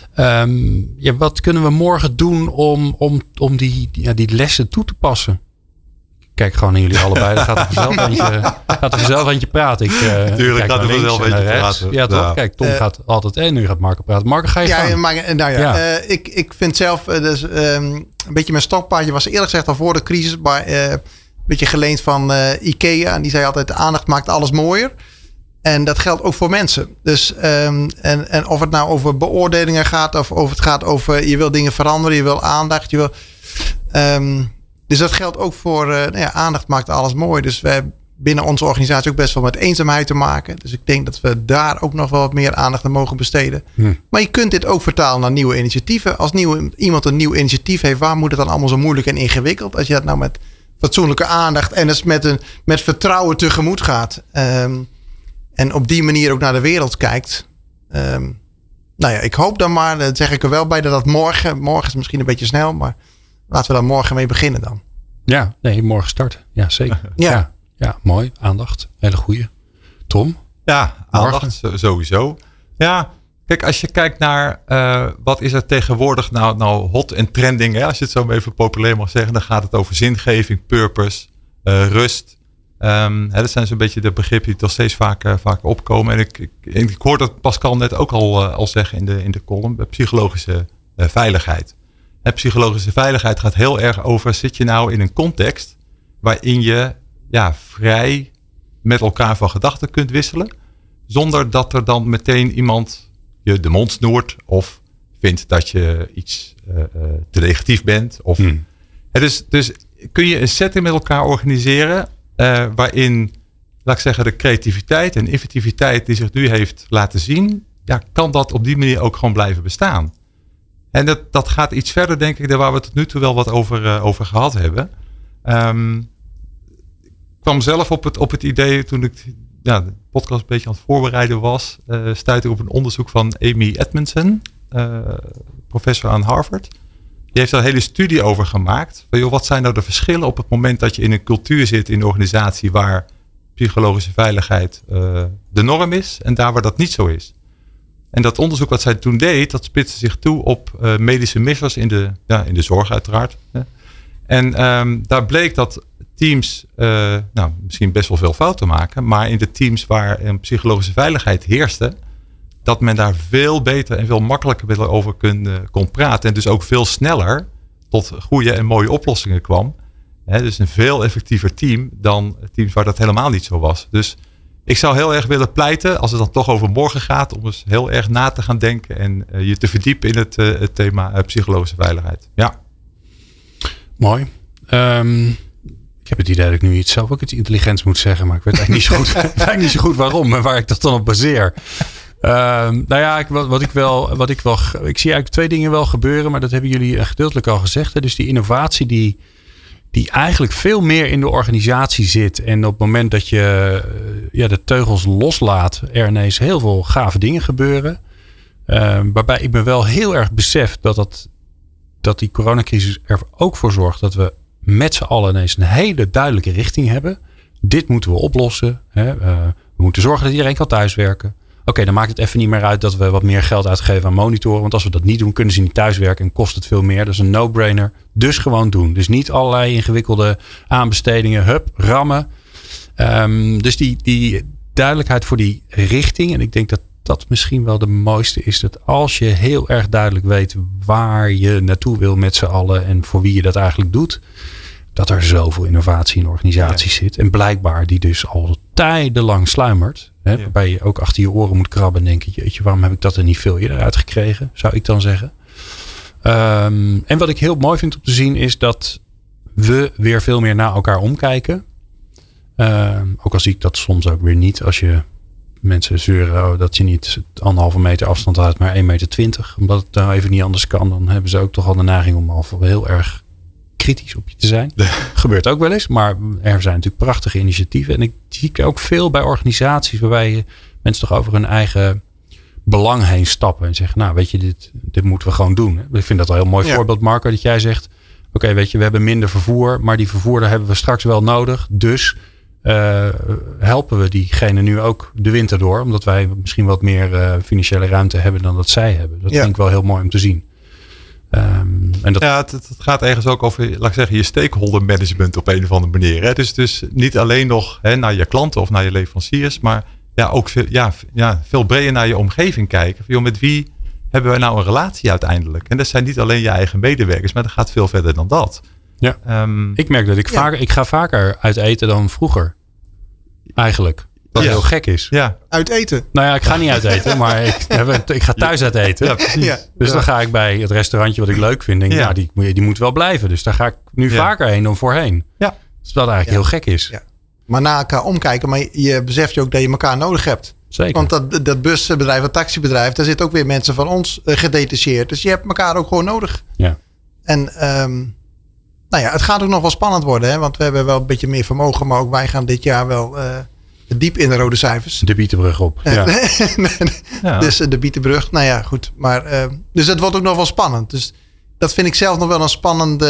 S2: Wat kunnen we morgen doen om die lessen toe te passen? Kijk gewoon naar jullie allebei. Dan gaat er vanzelf eentje praten.
S3: Tuurlijk gaat er vanzelf eentje praten.
S2: Ja, toch? Ja. Kijk, Tom gaat altijd en nu gaat Marco praten. Marco, ga je gang?
S4: Ik vind zelf een beetje mijn stokpaardje was eerlijk gezegd al voor de crisis. Maar een beetje geleend van IKEA. En die zei altijd, de aandacht maakt alles mooier. En dat geldt ook voor mensen. Dus, en of het nou over beoordelingen gaat. Of het gaat over je wil dingen veranderen. Je wil aandacht. Dus dat geldt ook voor aandacht maakt alles mooi. Dus we hebben binnen onze organisatie ook best wel met eenzaamheid te maken. Dus ik denk dat we daar ook nog wel wat meer aandacht aan mogen besteden. Maar je kunt dit ook vertalen naar nieuwe initiatieven. Als iemand een nieuw initiatief heeft, waar moet het dan allemaal zo moeilijk en ingewikkeld? Als je dat nou met fatsoenlijke aandacht en dus met vertrouwen tegemoet gaat. En op die manier ook naar de wereld kijkt. Ik hoop dan maar, dat zeg ik er wel bij, dat morgen is misschien een beetje snel, maar laten we dan morgen mee beginnen dan.
S2: Ja, morgen starten. Ja, zeker. Ja, mooi. Aandacht. Hele goeie. Tom?
S3: Ja, aandacht sowieso. Ja, kijk, als je kijkt naar wat is er tegenwoordig nou hot en trending. Hè? Als je het zo even populair mag zeggen, dan gaat het over zingeving, purpose, rust. Dat zijn zo'n beetje de begrippen die toch steeds vaker opkomen. En ik hoorde Pascal net ook al zeggen in de column, psychologische veiligheid. En psychologische veiligheid gaat heel erg over, zit je nou in een context waarin je vrij met elkaar van gedachten kunt wisselen, zonder dat er dan meteen iemand je de mond snoert of vindt dat je iets te negatief bent. Of, dus kun je een setting met elkaar organiseren waarin, laat ik zeggen, de creativiteit en inventiviteit die zich nu heeft laten zien, kan dat op die manier ook gewoon blijven bestaan. En dat gaat iets verder, denk ik, dan waar we tot nu toe wel wat over gehad hebben. Ik kwam zelf op het idee toen ik de podcast een beetje aan het voorbereiden was. Stuitte ik op een onderzoek van Amy Edmondson, professor aan Harvard. Die heeft daar een hele studie over gemaakt. Van, wat zijn nou de verschillen op het moment dat je in een cultuur zit, in een organisatie waar psychologische veiligheid de norm is en daar waar dat niet zo is. En dat onderzoek wat zij toen deed, dat spitste zich toe op medische missers in de zorg uiteraard. En daar bleek dat teams misschien best wel veel fouten maken, maar in de teams waar een psychologische veiligheid heerste, dat men daar veel beter en veel makkelijker over kon praten en dus ook veel sneller tot goede en mooie oplossingen kwam. Dus een veel effectiever team dan teams waar dat helemaal niet zo was. Dus ik zou heel erg willen pleiten, als het dan toch over morgen gaat, om eens heel erg na te gaan denken en je te verdiepen in het thema psychologische veiligheid. Ja.
S2: Mooi. Ik heb het idee dat ik nu zelf ook iets intelligents moet zeggen, maar ik weet eigenlijk niet zo goed waarom en waar ik dat dan op baseer. Ik zie eigenlijk twee dingen wel gebeuren, maar dat hebben jullie gedeeltelijk al gezegd. Hè? Dus die innovatie die eigenlijk veel meer in de organisatie zit. En op het moment dat je de teugels loslaat, er ineens heel veel gave dingen gebeuren. Waarbij ik me wel heel erg besef dat die coronacrisis er ook voor zorgt dat we met z'n allen ineens een hele duidelijke richting hebben. Dit moeten we oplossen. Hè? We moeten zorgen dat iedereen kan thuiswerken. Oké, dan maakt het even niet meer uit dat we wat meer geld uitgeven aan monitoren. Want als we dat niet doen, kunnen ze niet thuiswerken en kost het veel meer. Dat is een no-brainer. Dus gewoon doen. Dus niet allerlei ingewikkelde aanbestedingen. Rammen. Dus die duidelijkheid voor die richting. En ik denk dat misschien wel de mooiste is. Dat als je heel erg duidelijk weet waar je naartoe wil met z'n allen. En voor wie je dat eigenlijk doet. Dat er zoveel innovatie in organisaties zit. En blijkbaar die dus al tijdenlang sluimert. Hè, waarbij je ook achter je oren moet krabben. En denken, jeetje, waarom heb ik dat er niet veel eerder uitgekregen? Zou ik dan zeggen. En wat ik heel mooi vind om te zien is dat we weer veel meer naar elkaar omkijken. Ook al zie ik dat soms ook weer niet. Als je mensen zeuren dat je niet 1,5 meter afstand houdt, maar 1,20 meter. Omdat het nou even niet anders kan. Dan hebben ze ook toch al de neiging om al heel erg kritisch op je te zijn. Gebeurt ook wel eens. Maar er zijn natuurlijk prachtige initiatieven. En ik zie ook veel bij organisaties waarbij mensen toch over hun eigen belang heen stappen. En zeggen, nou weet je, dit moeten we gewoon doen. Ik vind dat wel een heel mooi voorbeeld, Marco, dat jij zegt, oké, weet je, we hebben minder vervoer. Maar die vervoer, daar hebben we straks wel nodig. Dus helpen we diegene nu ook de winter door. Omdat wij misschien wat meer financiële ruimte hebben dan dat zij hebben. Dat vind ik wel heel mooi om te zien.
S3: Het gaat ergens ook over, laat ik zeggen, je stakeholder management op een of andere manier. Hè? Dus niet alleen nog naar je klanten of naar je leveranciers, maar ook veel breder naar je omgeving kijken. Joh, met wie hebben we nou een relatie uiteindelijk? En dat zijn niet alleen je eigen medewerkers, maar dat gaat veel verder dan dat.
S2: Ja. Ik merk dat ik ga vaker uit eten dan vroeger. Eigenlijk. Wat heel gek is.
S4: Ja. Uit eten?
S2: Nou ja, ik ga niet uit eten, maar ik ga thuis uit eten.
S3: Ja, precies.
S2: Dus dan ga ik bij het restaurantje wat ik leuk vind. Denk die moet wel blijven. Dus daar ga ik nu vaker heen dan voorheen. Ja. Dus dat eigenlijk heel gek is. Ja.
S4: Maar naar elkaar omkijken. Maar je beseft je ook dat je elkaar nodig hebt. Zeker. Want dat busbedrijf, dat taxibedrijf, daar zitten ook weer mensen van ons gedetacheerd. Dus je hebt elkaar ook gewoon nodig. Ja. En het gaat ook nog wel spannend worden. Hè? Want we hebben wel een beetje meer vermogen. Maar ook wij gaan dit jaar wel diep in de rode cijfers.
S2: De Bietenbrug op. Ja.
S4: Dus de Bietenbrug. Nou ja, goed. Maar, dus het wordt ook nog wel spannend. Dus dat vind ik zelf nog wel een spannende.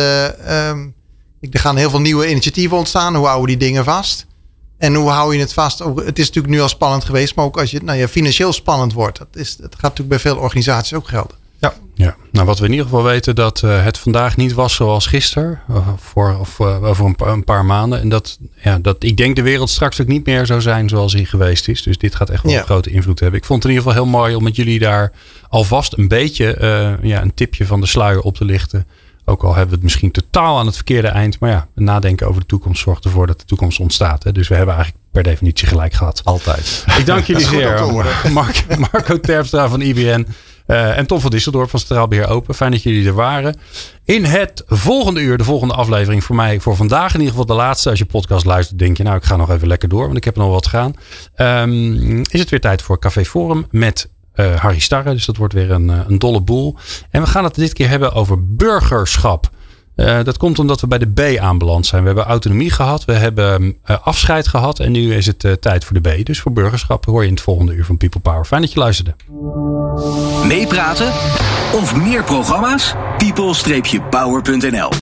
S4: Er gaan heel veel nieuwe initiatieven ontstaan. Hoe houden we die dingen vast? En hoe hou je het vast? Het is natuurlijk nu al spannend geweest. Maar ook als je financieel spannend wordt. Dat gaat natuurlijk bij veel organisaties ook gelden.
S2: Ja. Nou, wat we in ieder geval weten, dat het vandaag niet was zoals gisteren. Over een paar maanden. En ik denk de wereld straks ook niet meer zou zijn zoals hij geweest is. Dus dit gaat echt wel een grote invloed hebben. Ik vond het in ieder geval heel mooi om met jullie daar alvast een beetje een tipje van de sluier op te lichten. Ook al hebben we het misschien totaal aan het verkeerde eind. Maar nadenken over de toekomst zorgt ervoor dat de toekomst ontstaat. Hè? Dus we hebben eigenlijk per definitie gelijk gehad.
S3: Altijd.
S2: Ik dank jullie zeer. Marco Terpstra van IBN. En Tom van Disseldorp van Centraal Beheer Open. Fijn dat jullie er waren. In het volgende uur, de volgende aflevering voor mij, voor vandaag in ieder geval de laatste. Als je podcast luistert, denk je, ik ga nog even lekker door, want ik heb nog wat gaan. Is het weer tijd voor Café Forum met Harry Starre. Dus dat wordt weer een dolle boel. En we gaan het dit keer hebben over burgerschap. Dat komt omdat we bij de B aanbeland zijn. We hebben autonomie gehad. We hebben afscheid gehad. En nu is het tijd voor de B. Dus voor burgerschap hoor je in het volgende uur van People Power. Fijn dat je luisterde.
S1: Meepraten of meer programma's? people-power.nl